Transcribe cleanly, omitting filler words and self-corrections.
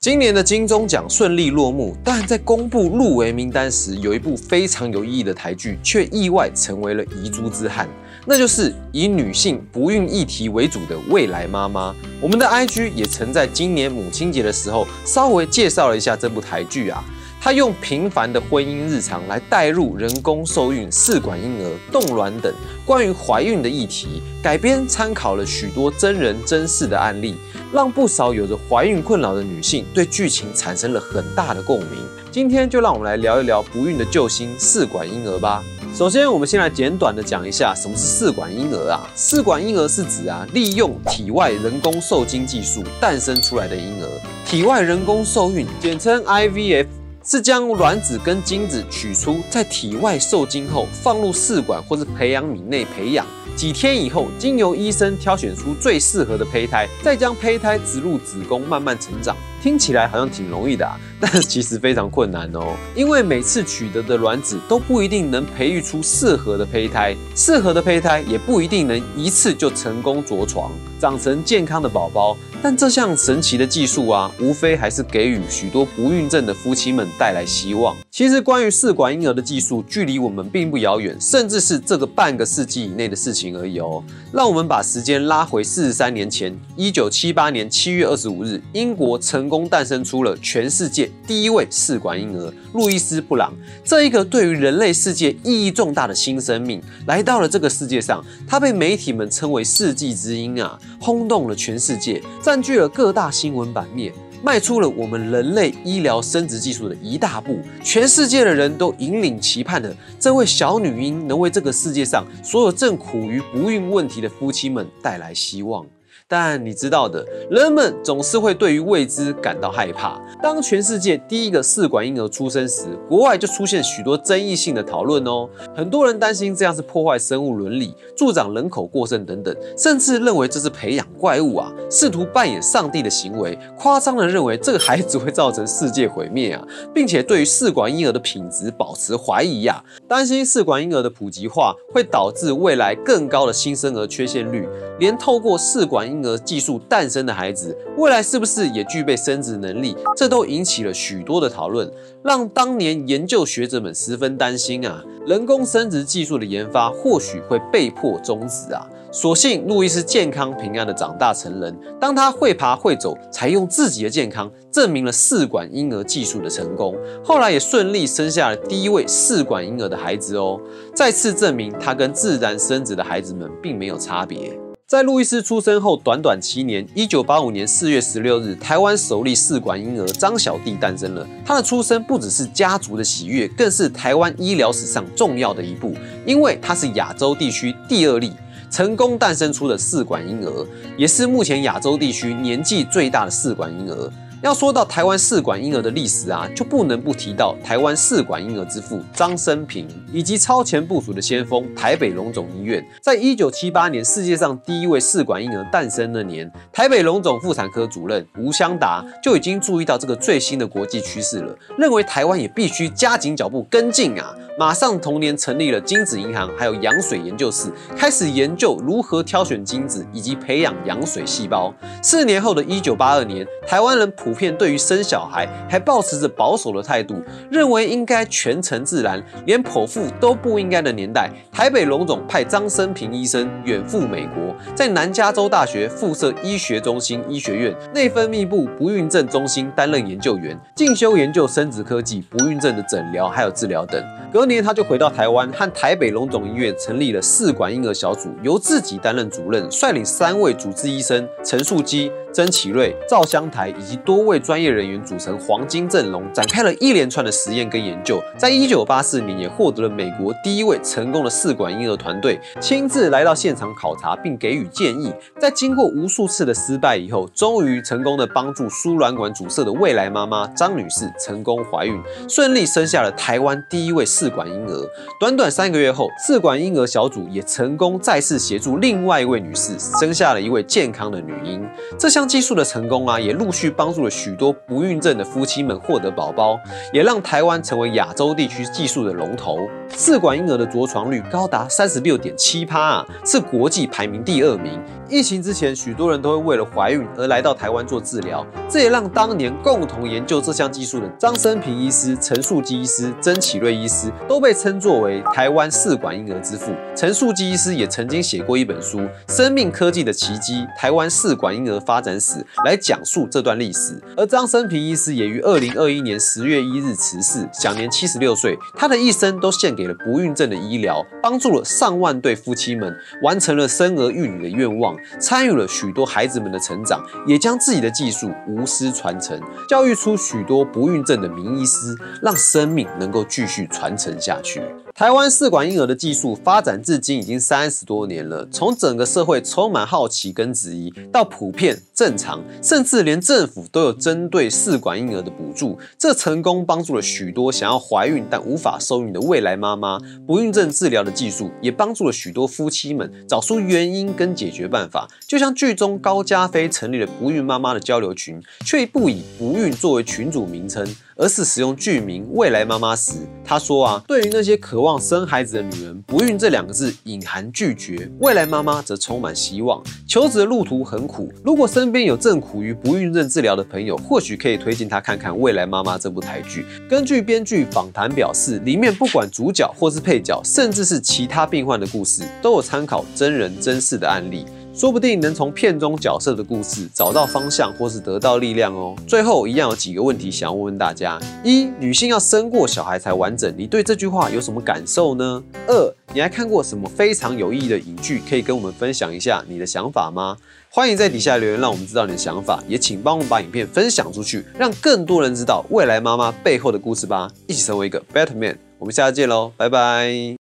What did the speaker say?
今年的金钟奖顺利落幕，但在公布入围名单时，有一部非常有意义的台剧却意外成为了遗珠之憾，那就是以女性不孕议题为主的《未来妈妈》。我们的 IG 也曾在今年母亲节的时候稍微介绍了一下这部台剧啊。他用平凡的婚姻日常来带入人工受孕、试管婴儿、冻卵等关于怀孕的议题，改编参考了许多真人真事的案例，让不少有着怀孕困扰的女性对剧情产生了很大的共鸣。今天就让我们来聊一聊不孕的救星——试管婴儿吧。首先，我们先来简短的讲一下什么是试管婴儿啊。试管婴儿是指利用体外人工受精技术诞生出来的婴儿。体外人工受孕，简称 IVF。是将卵子跟精子取出，在体外受精后放入试管或是培养皿内培养。几天以后，经由医生挑选出最适合的胚胎，再将胚胎植入子宫，慢慢成长。听起来好像挺容易的但是其实非常困难哦。因为每次取得的卵子都不一定能培育出适合的胚胎，适合的胚胎也不一定能一次就成功着床，长成健康的宝宝。但这项神奇的技术无非还是给予许多不孕症的夫妻们带来希望。其实关于试管婴儿的技术，距离我们并不遥远，甚至是这个半个世纪以内的事情而已哦。让我们把时间拉回43年前，1978年7月25日，英国成功诞生出了全世界第一位试管婴儿路易斯·布朗。这一个对于人类世界意义重大的新生命来到了这个世界上，他被媒体们称为世纪之鹰轰动了全世界，占据了各大新闻版面，迈出了我们人类医疗生殖技术的一大步。全世界的人都引领期盼的这位小女婴能为这个世界上所有正苦于不孕问题的夫妻们带来希望。但你知道的，人们总是会对于未知感到害怕。当全世界第一个试管婴儿出生时，国外就出现许多争议性的讨论哦。很多人担心这样是破坏生物伦理、助长人口过剩等等，甚至认为这是培养怪物试图扮演上帝的行为，夸张地认为这个孩子会造成世界毁灭并且对于试管婴儿的品质保持怀疑担心试管婴儿的普及化会导致未来更高的新生儿缺陷率，连透过试管婴儿技术诞生的孩子，未来是不是也具备生殖能力？这都引起了许多的讨论，让当年研究学者们十分担心人工生殖技术的研发或许会被迫终止所幸路易斯健康平安的长大成人，当他会爬会走，才用自己的健康证明了试管婴儿技术的成功。后来也顺利生下了第一位试管婴儿的孩子哦，再次证明他跟自然生殖的孩子们并没有差别。在路易斯出生后短短7年，1985年4月16日，台湾首例试管婴儿张小弟诞生了。他的出生不只是家族的喜悦，更是台湾医疗史上重要的一步，因为他是亚洲地区第2例成功诞生出的试管婴儿，也是目前亚洲地区年纪最大的试管婴儿。要说到台湾试管婴儿的历史就不能不提到台湾试管婴儿之父张生平，以及超前部署的先锋台北荣总医院。在1978年世界上第一位试管婴儿诞生那年，台北荣总妇产科主任吴湘达就已经注意到这个最新的国际趋势了，认为台湾也必须加紧脚步跟进马上同年成立了精子银行，还有羊水研究室，开始研究如何挑选精子以及培养羊水细胞。4年后的1982年，台湾人普遍对于生小孩还抱持着保守的态度，认为应该全程自然，连剖腹都不应该的年代，台北荣总派张生平医生远赴美国，在南加州大学附设医学中心医学院内分泌部不孕症中心担任研究员，进修研究生殖科技、不孕症的诊疗还有治疗等。隔年他就回到台湾，和台北荣总医院成立了试管婴儿小组，由自己担任主任，率领3位主治医生陈树基、曾启瑞、赵湘台以及多位专业人员组成黄金阵容，展开了一连串的实验跟研究。在1984年也获得了美国第一位成功的试管婴儿团队，亲自来到现场考察并给予建议。在经过无数次的失败以后，终于成功的帮助输卵管阻塞的未来妈妈张女士成功怀孕，顺利生下了台湾第一位试管婴儿。短短3个月后，试管婴儿小组也成功再次协助另外一位女士生下了一位健康的女婴。这项技术的成功也陆续帮助助了许多不孕症的夫妻们获得宝宝，也让台湾成为亚洲地区技术的龙头。试管婴儿的着床率高达36.7%啊，是国际排名第2名。疫情之前，许多人都会为了怀孕而来到台湾做治疗，这也让当年共同研究这项技术的张生平医师、陈树基医师、曾启瑞医师都被称作为台湾试管婴儿之父。陈树基医师也曾经写过一本书《生命科技的奇迹：台湾试管婴儿发展史》来讲述这段历史。而张生平医师也于2021年10月1日辞世，享年76岁。他的一生都献给了不孕症的医疗，帮助了上万对夫妻们完成了生儿育女的愿望，参与了许多孩子们的成长，也将自己的技术无私传承，教育出许多不孕症的名医师，让生命能够继续传承下去。台湾试管婴儿的技术发展至今已经30多年了，从整个社会充满好奇跟质疑，到普遍正常，甚至连政府都有针对试管婴儿的补助，这成功帮助了许多想要怀孕但无法受孕的未来妈妈。不孕症治疗的技术也帮助了许多夫妻们找出原因跟解决办法。就像剧中高嘉飞成立了不孕妈妈的交流群，却不以不孕作为群组名称，而是使用剧名未来妈妈时，他说啊，对于那些渴望生孩子的女人，不孕这2个字隐含拒绝，未来妈妈则充满希望。求子的路途很苦，如果身边有正苦于不孕症治疗的朋友，或许可以推荐他看看《未来妈妈》这部台剧。根据编剧访谈表示，里面不管主角或是配角，甚至是其他病患的故事，都有参考真人真事的案例。说不定能从片中角色的故事找到方向，或是得到力量哦。最后一样有几个问题想要问问大家：一、女性要生过小孩才完整，你对这句话有什么感受呢？2、你还看过什么非常有意义的影剧，可以跟我们分享一下你的想法吗？欢迎在底下留言，让我们知道你的想法，也请帮我们把影片分享出去，让更多人知道未来妈妈背后的故事吧。一起成为一个 better man。我们下次见喽，拜拜。